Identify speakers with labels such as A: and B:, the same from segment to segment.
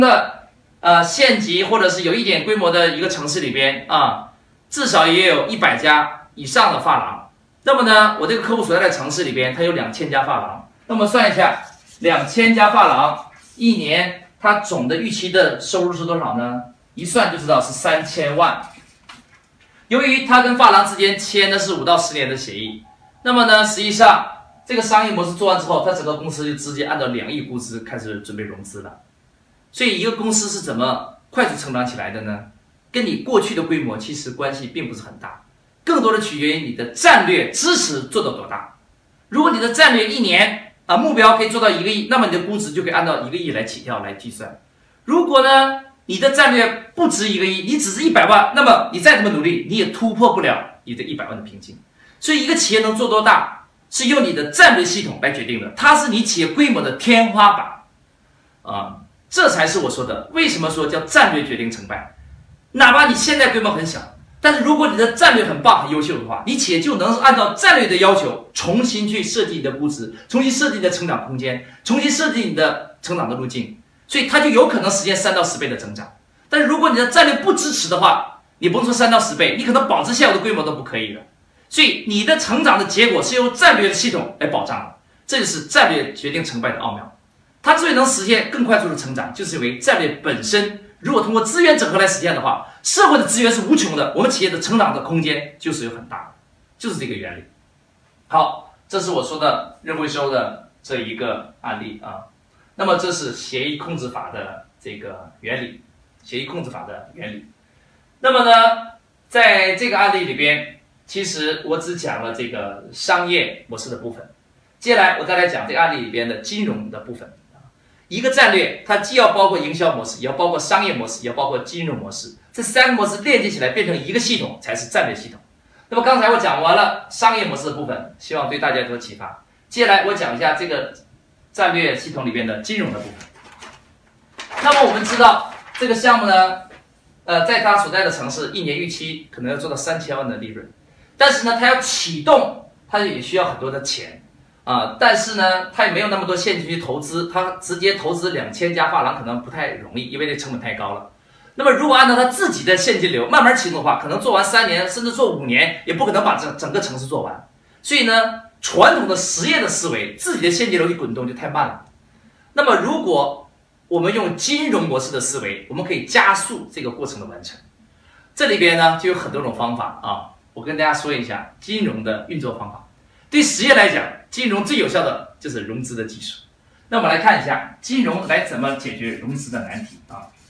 A: 县级或者是有一点规模的一个城市里边啊，至少也有100家以上的发廊。那么呢，我这个客户所在的城市里边，它有2000家发廊。那么算一下，2000家发廊一年它总的预期的收入是多少呢？一算就知道是3000万。由于它跟发廊之间签的是5到10年的协议，那么呢，实际上这个商业模式做完之后，它整个公司就直接按照2亿估值开始准备融资了。所以一个公司是怎么快速成长起来的呢？跟你过去的规模其实关系并不是很大，更多的取决于你的战略支持做到多大。如果你的战略一年目标可以做到1个亿，那么你的估值就可以按照1个亿来起跳来计算。如果呢你的战略不值1个亿，你只是100万，那么你再怎么努力，你也突破不了你这100万的瓶颈。所以一个企业能做多大，是用你的战略系统来决定的，它是你企业规模的天花板这才是我说的，为什么说叫战略决定成败？哪怕你现在规模很小，但是如果你的战略很棒、很优秀的话，你企业就能按照战略的要求重新去设计你的估值，重新设计你的成长空间，重新设计你的成长的路径，所以它就有可能实现3到10倍的增长。但是如果你的战略不支持的话，你不用说3到10倍，你可能保持现有的规模都不可以的。所以你的成长的结果是由战略的系统来保障的，这就是战略决定成败的奥妙。它之所以能实现更快速的成长，就是因为战略本身如果通过资源整合来实现的话，社会的资源是无穷的，我们企业的成长的空间就是有很大的，就是这个原理。好，这是我说的认回收的这一个案例那么这是协议控制法的这个原理，协议控制法的原理。那么呢，在这个案例里边，其实我只讲了这个商业模式的部分，接下来我再来讲这个案例里边的金融的部分。一个战略它既要包括营销模式，也要包括商业模式，也要包括金融模式，这3个模式链接起来变成一个系统才是战略系统。那么刚才我讲完了商业模式的部分，希望对大家有所启发。接下来我讲一下这个战略系统里边的金融的部分。那么我们知道这个项目呢在它所在的城市一年预期可能要做到3000万的利润，但是呢它要启动，它也需要很多的钱但是呢，他也没有那么多现金去投资，他直接投资2000家发廊可能不太容易，因为这成本太高了。那么如果按照他自己的现金流慢慢启动的话，可能做完3年甚至做5年，也不可能把整个城市做完。所以呢，传统的实业的思维，自己的现金流一滚动就太慢了。那么如果我们用金融模式的思维，我们可以加速这个过程的完成。这里边呢就有很多种方法我跟大家说一下金融的运作方法。对实业来讲，金融最有效的就是融资的技术。那我们来看一下金融来怎么解决融资的难题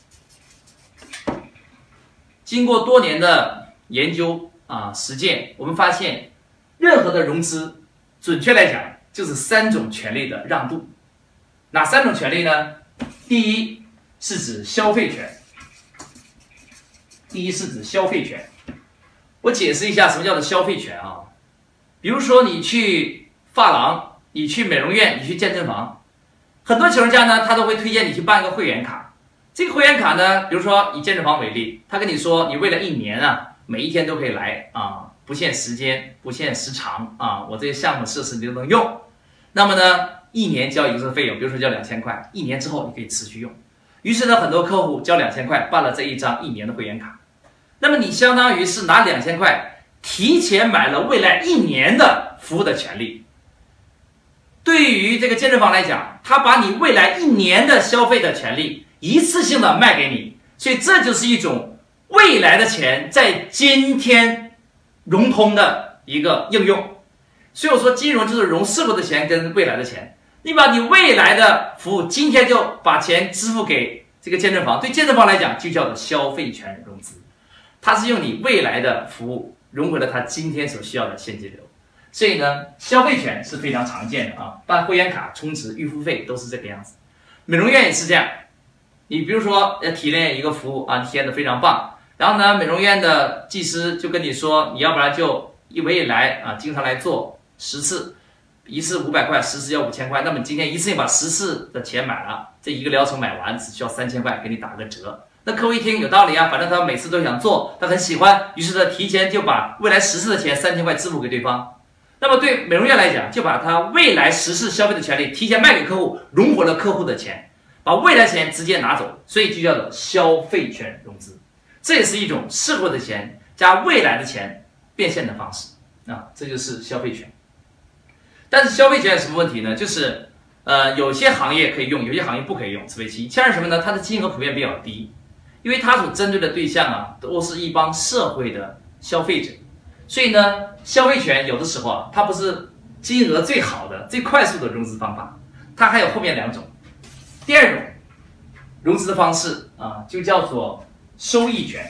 A: 经过多年的研究实践，我们发现任何的融资，准确来讲就是3种权利的让渡。哪3种权利呢？第一是指消费权。我解释一下什么叫做消费权比如说你去发廊，你去美容院，你去健身房，很多情况下呢，他都会推荐你去办一个会员卡。这个会员卡呢，比如说以健身房为例，他跟你说你未来1年每一天都可以来不限时间，不限时长我这些项目设施你都能用。那么呢，1年交一个费用，比如说交2000块，1年之后你可以持续用。于是呢，很多客户交2000块办了这一张1年的会员卡。那么你相当于是拿2000块提前买了未来1年的服务的权利。对于这个健身房来讲，他把你未来1年的消费的权利一次性的卖给你，所以这就是一种未来的钱在今天融通的一个应用。所以我说金融就是融社会的钱跟未来的钱，你把你未来的服务今天就把钱支付给这个健身房，对健身房来讲就叫做消费权融资，它是用你未来的服务融回了他今天所需要的现金流。所以呢，消费权是非常常见的办会员卡、充值、预付费都是这个样子。美容院也是这样，你比如说体验一个服务体验的非常棒，然后呢，美容院的技师就跟你说，你要不然就未来经常来做10次，一次500块，10次要5000块，那么你今天一次性把10次的钱买了，这一个疗程买完只需要3000块，给你打个折。那客户一听有道理反正他每次都想做，他很喜欢，于是他提前就把未来10次的钱3000块支付给对方。那么对美容院来讲，就把他未来10次消费的权利提前卖给客户，融回了客户的钱。 把未来钱直接拿走，所以就叫做消费权融资。这也是一种社会的钱加未来的钱变现的方式啊，这就是消费权。但是消费权有什么问题呢？就是有些行业可以用，有些行业不可以用。此为其一。其二是什么呢？它的金额普遍比较低，因为它所针对的对象啊，都是一帮社会的消费者，所以呢，消费权有的时候啊，它不是金额最好的、最快速的融资方法，它还有后面两种。第二种融资的方式啊，就叫做收益权。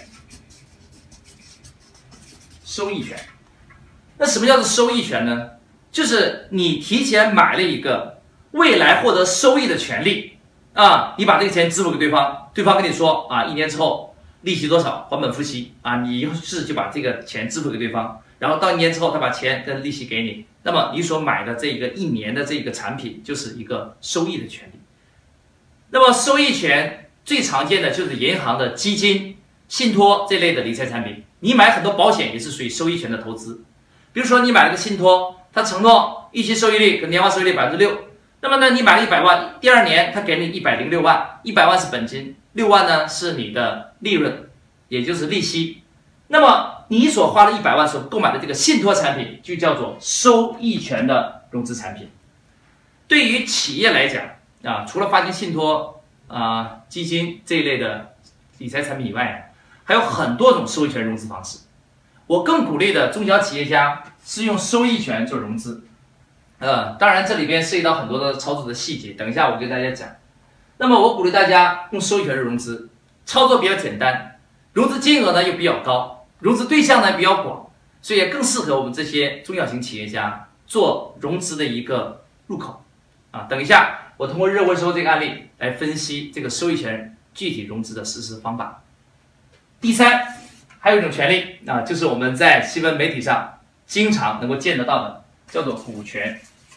A: 收益权，那什么叫做收益权呢？就是你提前买了一个未来获得收益的权利啊，你把这个钱支付给对方，对方跟你说啊，1年之后利息多少，还本付息啊，你于是就把这个钱支付给对方，然后到1年之后他把钱跟利息给你，那么你所买的这个1年的这个产品就是一个收益的权利。那么收益权最常见的就是银行的基金、信托这类的理财产品，你买很多保险也是属于收益权的投资。比如说你买了个信托，它承诺预期收益率跟年化收益率6%，那么呢你买了100万，第2年它给你106万，100万是本金，6万呢是你的利润，也就是利息。那么你所花了100万所购买的这个信托产品就叫做收益权的融资产品。对于企业来讲啊，除了发行信托基金这一类的理财产品以外，还有很多种收益权融资方式。我更鼓励的中小企业家是用收益权做融资，当然这里边涉及到很多的操作的细节，等一下我给大家讲。那么我鼓励大家用收益权融资，操作比较简单，融资金额呢又比较高，融资对象呢比较广，所以也更适合我们这些中小型企业家做融资的一个入口啊。等一下我通过热回收这个案例来分析这个收益权具体融资的实施方法。第三，还有一种权利啊，就是我们在新闻媒体上经常能够见得到的，叫做股权。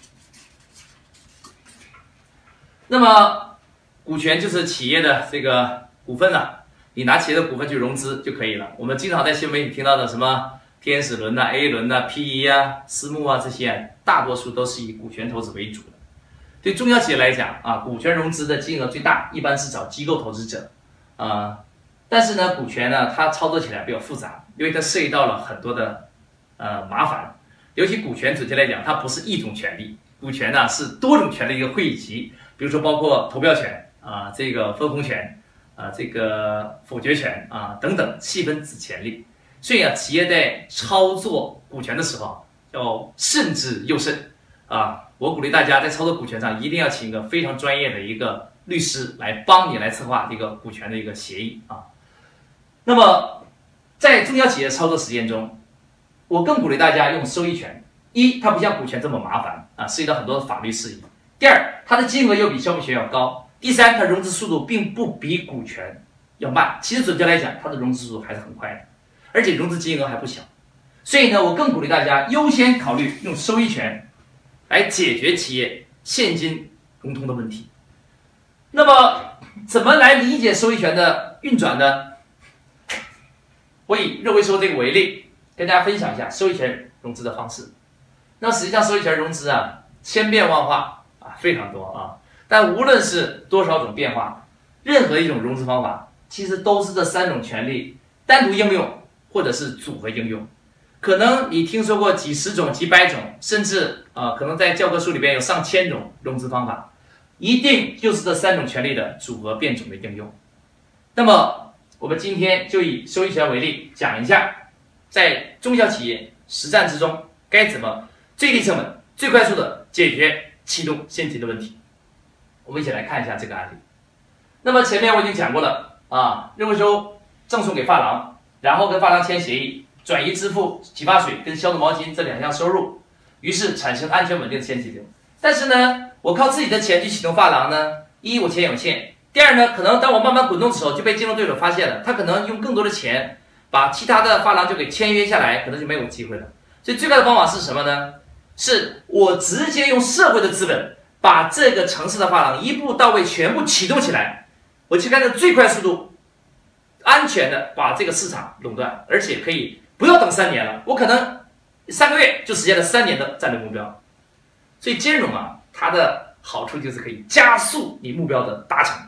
A: 那么股权就是企业的这个股份了，你拿企业的股份去融资就可以了。我们经常在新闻媒体听到的什么天使轮A 轮PE私募这些，大多数都是以股权投资为主的。对中小企业来讲啊，股权融资的金额最大，一般是找机构投资者但是呢，股权呢，它操作起来比较复杂，因为它涉及到了很多的麻烦。尤其股权主体来讲，它不是一种权利，股权呢是多种权利一个汇集，比如说包括投票权这个分红权这个否决权等等细分子权利。所以企业在操作股权的时候要慎之又慎我鼓励大家在操作股权上一定要请一个非常专业的一个律师来帮你来策划这个股权的一个协议那么在中小企业操作实践中，我更鼓励大家用收益权。一，它不像股权这么麻烦涉及到很多法律事宜。第二，它的金额又比消费权要高。第三，它融资速度并不比股权要慢，其实准确来讲，它的融资速度还是很快的，而且融资金额还不小。所以呢，我更鼓励大家优先考虑用收益权来解决企业现金融通的问题。那么，怎么来理解收益权的运转呢？我以热回收这个为例，跟大家分享一下收益权融资的方式。那实际上收益权融资千变万化非常多但无论是多少种变化，任何一种融资方法，其实都是这3种权利单独应用或者是组合应用。可能你听说过几十种、几百种，甚至可能在教科书里边有上千种融资方法，一定就是这3种权利的组合变种的应用。那么我们今天就以收益权为例，讲一下在中小企业实战之中该怎么最低成本、最快速的解决启动现金的问题。我们一起来看一下这个案例。那么前面我已经讲过了热回收赠送给发廊，然后跟发廊签协议，转移支付洗发水跟消毒毛巾这2项收入，于是产生安全稳定的现金流。但是呢，我靠自己的钱去启动发廊呢，一我钱有限，第二呢，可能当我慢慢滚动的时候就被竞争对手发现了，他可能用更多的钱把其他的发廊就给签约下来，可能就没有机会了。所以最快的方法是什么呢？是我直接用社会的资本把这个城市的发廊一步到位全部启动起来，我去看着最快速度安全的把这个市场垄断，而且可以不要等3年了，我可能3个月就实现了3年的战略目标。所以金融它的好处就是可以加速你目标的达成。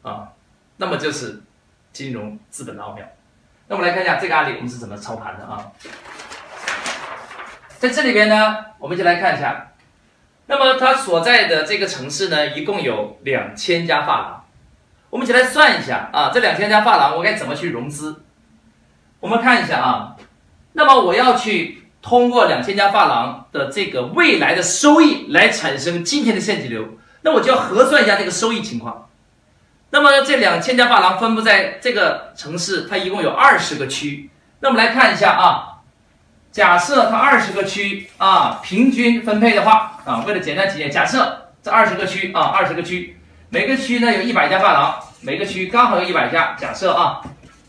A: 啊，那么就是金融资本的奥妙。那我们来看一下这个案例我们是怎么操盘的啊。在这里边呢，我们就来看一下，那么它所在的这个城市呢，一共有2000家发廊。我们一起来算一下啊，这2000家发廊我该怎么去融资？我们看一下啊，那么我要去通过2000家发廊的这个未来的收益来产生今天的现金流，那我就要核算一下这个收益情况。那么这2000家发廊分布在这个城市，它一共有20个区。那我们来看一下啊，假设它20个区啊平均分配的话啊，为了简单起见，假设这20个区啊20个区，每个区呢有100家发廊，每个区刚好有100家。假设啊，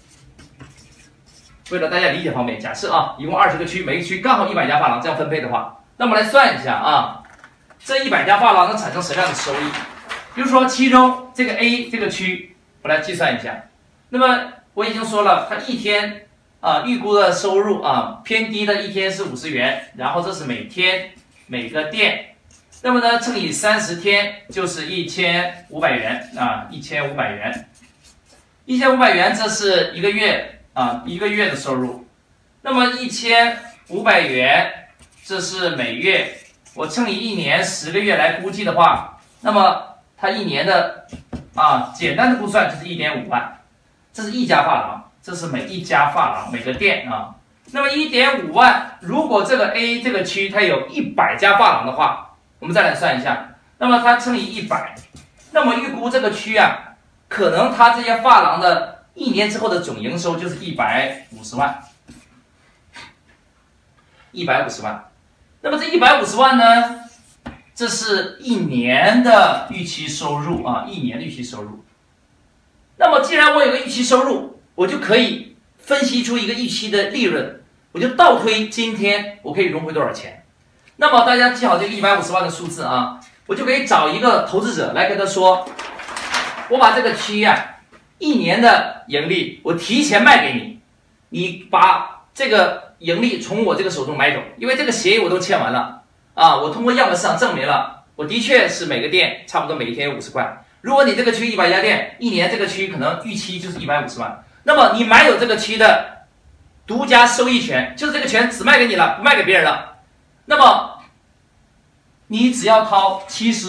A: 为了大家理解方便，假设啊，一共20个区，每个区刚好100家发廊，这样分配的话，那我们来算一下啊，这100家发廊能产生什么样的收益？比如说其中这个 A 这个区，我来计算一下。那么我已经说了，它一天啊预估的收入啊偏低的一天是50元，然后这是每天每个店，那么呢乘以30天就是1500元啊，1500元，1500元这是一个月啊一个月的收入。那么1500元这是每月，我乘以一年10个月来估计的话，那么它一年的简单的估算就是1.5万，这是一家发廊，这是每一家发廊每个店啊。那么1.5万，如果这个 A 这个区它有100家发廊的话，我们再来算一下，那么它乘以100，那么预估这个区啊，可能它这些发廊的一年之后的总营收就是150万，150万。那么这150万呢？这是一年的预期收入啊，一年的预期收入。那么既然我有个预期收入，我就可以分析出一个预期的利润，我就倒推今天我可以融回多少钱。那么大家记好这个150万的数字啊，我就可以找一个投资者来跟他说，我把这个区啊一年的盈利我提前卖给你，你把这个盈利从我这个手中买走，因为这个协议我都签完了。我通过样本市场证明了，我的确是每个店差不多每一天有50块。如果你这个区100家店，一年这个区可能预期就是150万，那么你买有这个区的独家收益权，就是这个权只卖给你了，不卖给别人了。那么你只要掏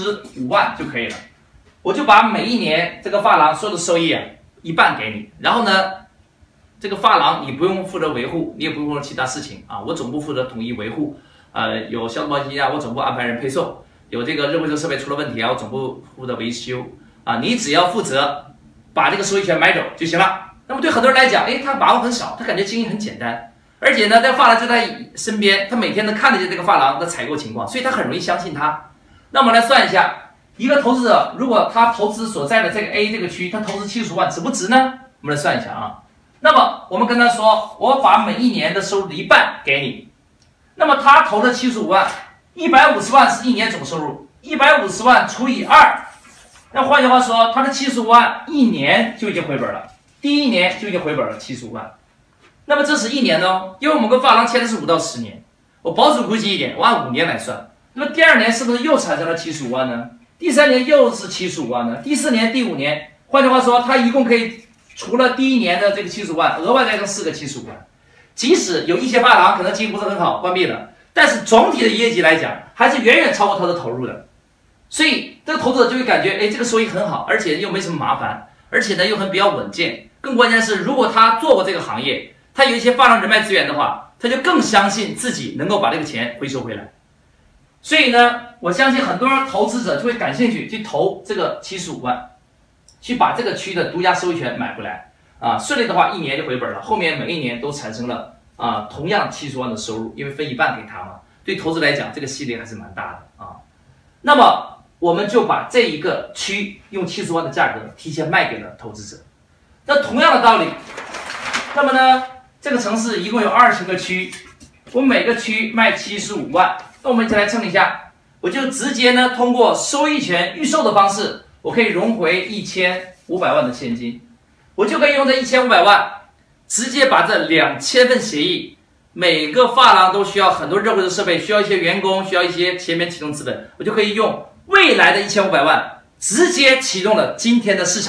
A: 75万就可以了，我就把每一年这个发廊所有的收益一半给你，然后呢，这个发廊你不用负责维护，你也不用做其他事情我总部负责统一维护。有消毒包机我总部安排人配送；有这个热回收设备出了问题我总部负责维修你只要负责把这个收益权买走就行了。那么对很多人来讲，他把握很少，他感觉经营很简单，而且呢，这发廊就在身边，他每天能看得见这个发廊的采购情况，所以他很容易相信他。那我们来算一下，一个投资者如果他投资所在的这个 A 这个区，他投资70万，值不值呢？我们来算一下那么我们跟他说，我把每一年的收入的一半给你。那么他投了75万，150万是一年总收入，150万除以2，那换句话说，他的75万一年就已经回本了，第一年就已经回本了75万。那么这是一年呢，因为我们跟发廊签的是5到10年，我保守估计一点，我按5年来算。那么第2年是不是又产生了75万呢？第3年又是75万呢？第4年、第5年，换句话说，他一共可以除了第1年的这个75万，额外再跟4个75万。即使有一些发廊可能经营不是很好，关闭了，但是总体的业绩来讲，还是远远超过他的投入的。所以这个投资者就会感觉，这个收益很好，而且又没什么麻烦，而且呢又很比较稳健。更关键是，如果他做过这个行业，他有一些发廊人脉资源的话，他就更相信自己能够把这个钱回收回来。所以呢，我相信很多投资者就会感兴趣去投这个75万，去把这个区的独家收益权买回来。顺利的话，一年就回本了。后面每一年都产生了同样70万的收入，因为分一半给他嘛。对投资来讲，这个系列还是蛮大的那么我们就把这一个区用70万的价格提前卖给了投资者。那同样的道理，那么呢，这个城市一共有20个区，我每个区卖75万，那我们一起来称一下，我就直接呢通过收益权预售的方式，我可以融回1500万的现金。我就可以用这1500万，直接把这2000份协议，每个发廊都需要很多热回收设备，需要一些员工，需要一些前面启动资本，我就可以用未来的1500万直接启动了今天的市场，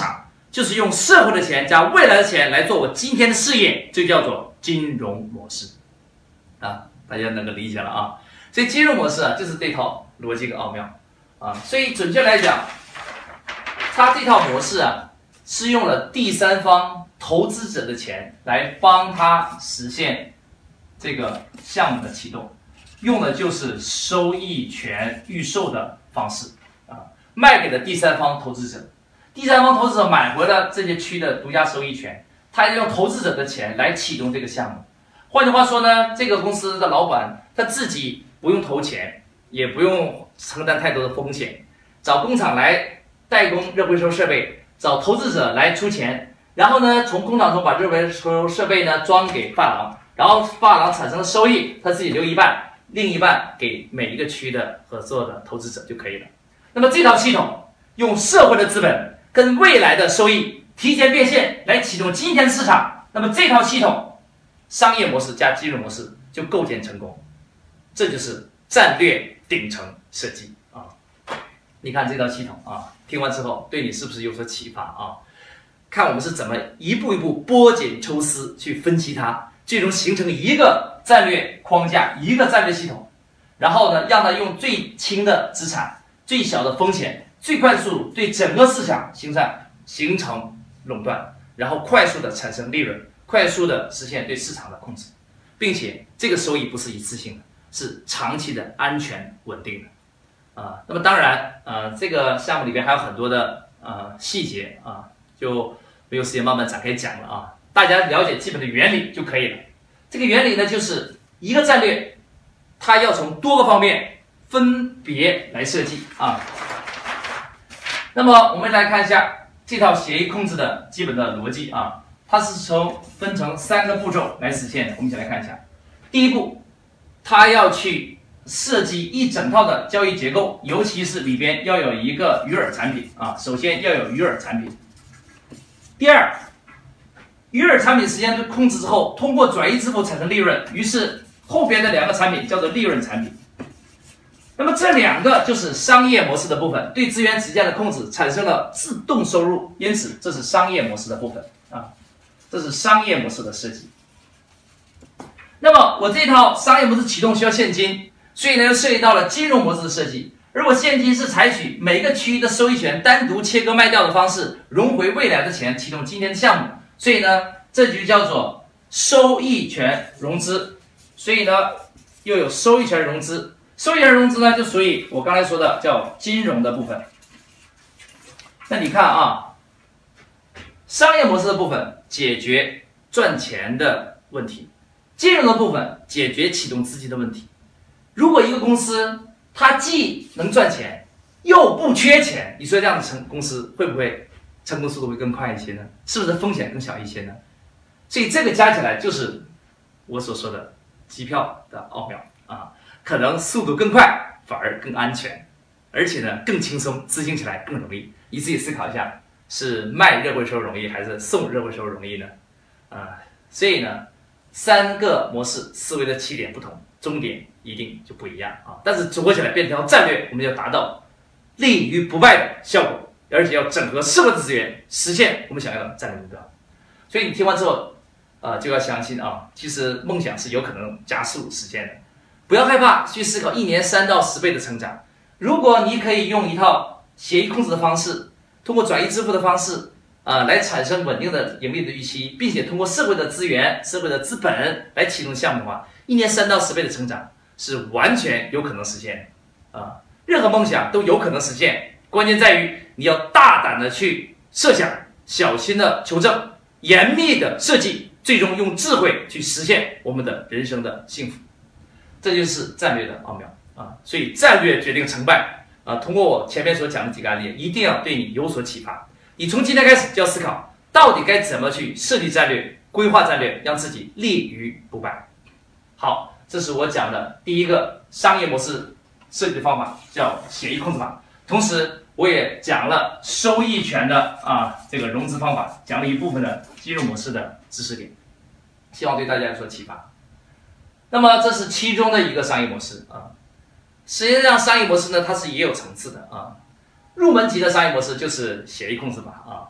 A: 就是用社会的钱加未来的钱来做我今天的事业，这叫做金融模式啊，大家能够理解了啊。所以金融模式啊，就是这套逻辑的奥妙啊。所以准确来讲，它这套模式啊，是用了第三方投资者的钱来帮他实现这个项目的启动，用的就是收益权预售的方式啊，卖给了第三方投资者。第三方投资者买回了这些区的独家收益权，他要用投资者的钱来启动这个项目。换句话说呢，这个公司的老板他自己不用投钱，也不用承担太多的风险，找工厂来代工热回收设备，找投资者来出钱，然后呢，从工厂中把热回收设备呢装给发廊，然后发廊产生的收益，他自己留一半，另一半给每一个区的合作的投资者就可以了。那么这套系统用社会的资本跟未来的收益提前变现来启动今天的市场，那么这套系统商业模式加金融模式就构建成功，这就是战略顶层设计啊！你看这套系统啊，听完之后对你是不是有所启发啊？看我们是怎么一步一步剥茧抽丝去分析它，最终形成一个战略框架，一个战略系统，然后呢，让它用最轻的资产、最小的风险、最快速对整个市场形成垄断，然后快速的产生利润，快速的实现对市场的控制，并且这个收益不是一次性的，是长期的、安全稳定的啊。那么当然，这个项目里边还有很多的细节啊，就没有时间慢慢展开讲了啊。大家了解基本的原理就可以了。这个原理呢，就是一个战略，它要从多个方面分别来设计啊。那么我们来看一下这套协议控制的基本的逻辑啊，它是分成3个步骤来实现的。我们一起来看一下。第一步，它要去设计一整套的交易结构，尤其是里边要有一个鱼饵产品啊，首先要有鱼饵产品。第二，鱼饵产品实现控制之后，通过转移支付产生利润，于是后边的2个产品叫做利润产品。那么这2个就是商业模式的部分，对资源直接的控制产生了自动收入，因此这是商业模式的部分啊，这是商业模式的设计。那么我这套商业模式启动需要现金，所以呢涉及到了金融模式的设计。而我现金是采取每个区域的收益权单独切割卖掉的方式，融回未来的钱，启动今天的项目。所以呢，这就叫做收益权融资。所以呢，又有收益权融资。收益权融资呢，就属于我刚才说的叫金融的部分。那你看啊，商业模式的部分解决赚钱的问题，金融的部分解决启动资金的问题。如果一个公司它既能赚钱又不缺钱，你说这样的公司会不会成功速度会更快一些呢？是不是风险更小一些呢？所以这个加起来就是我所说的机票的奥妙啊，可能速度更快，反而更安全，而且呢更轻松，执行起来更容易。你自己思考一下，是卖热回收容易还是送热回收容易呢？所以呢，3个模式思维的起点不同，终点一定就不一样啊。但是组合起来变成战略，我们要达到立于不败的效果，而且要整合社会的资源，实现我们想要的战略目标。所以你听完之后，就要相信啊，其实梦想是有可能加速实现的。不要害怕去思考1年3到10倍的成长。如果你可以用一套协议控制的方式，通过转移支付的方式来产生稳定的盈利的预期，并且通过社会的资源、社会的资本来启动项目的话，1年3到10倍的成长是完全有可能实现的任何梦想都有可能实现，关键在于你要大胆的去设想，小心的求证，严密的设计，最终用智慧去实现我们的人生的幸福。这就是战略的奥妙所以战略决定成败通过我前面所讲的几个案例，一定要对你有所启发。你从今天开始就要思考，到底该怎么去设计战略、规划战略，让自己立于不败。好，这是我讲的第一个商业模式设计的方法，叫协议控制法。同时，我也讲了收益权的这个融资方法，讲了一部分的金融模式的知识点，希望对大家有所启发。那么这是其中的一个商业模式实际上商业模式呢，它是也有层次的入门级的商业模式就是协议控制法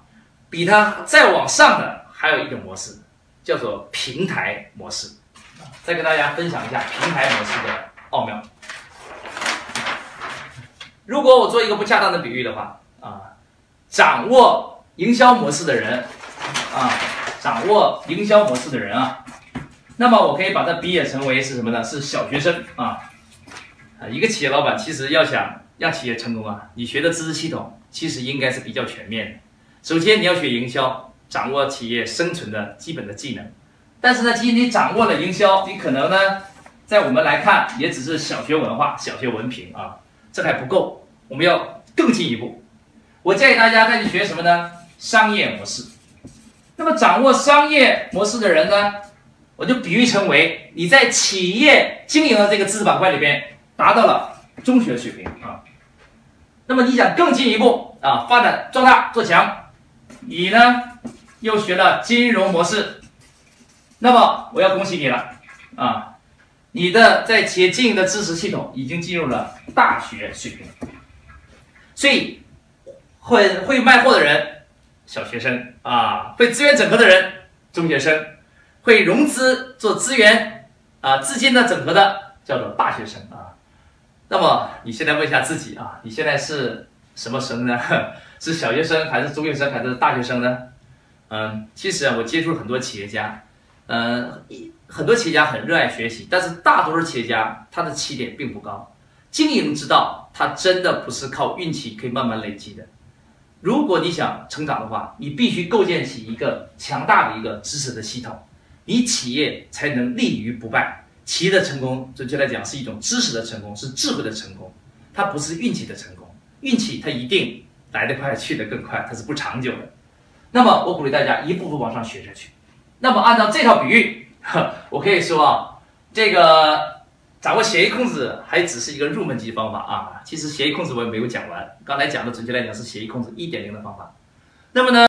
A: 比它再往上的还有一种模式，叫做平台模式。再跟大家分享一下平台模式的奥妙。如果我做一个不恰当的比喻的话掌握营销模式的人那么我可以把它比拟成为是什么呢？是小学生一个企业老板其实要想让企业成功你学的知识系统其实应该是比较全面的。首先你要学营销，掌握企业生存的基本的技能。但是呢，即使你掌握了营销，你可能呢，在我们来看也只是小学文化、小学文凭这还不够，我们要更进一步。我建议大家再去学什么呢？商业模式。那么掌握商业模式的人呢，我就比喻成为你在企业经营的这个知识板块里边达到了中学水平那么你想更进一步发展壮大做强，你呢又学了金融模式，那么我要恭喜你了你的在企业经营的知识系统已经进入了大学水平。所以会卖货的人小学生会资源整合的人中学生，会融资做资源资金的整合的叫做大学生那么你现在问一下自己你现在是什么生呢？是小学生还是中学生还是大学生呢？其实我接触很多企业家，很多企业家很热爱学习，但是大多数企业家他的起点并不高。经营之道，它真的不是靠运气可以慢慢累积的。如果你想成长的话，你必须构建起一个强大的一个知识的系统，你企业才能立于不败。企业的成功，准确来讲是一种知识的成功，是智慧的成功，它不是运气的成功。运气它一定来得快，去得更快，它是不长久的。那么我鼓励大家一步步往上学下去。那么按照这套比喻，我可以说这个掌握协议控制还只是一个入门级方法其实协议控制我也没有讲完，刚才讲的准确来讲是协议控制 1.0 的方法。那么呢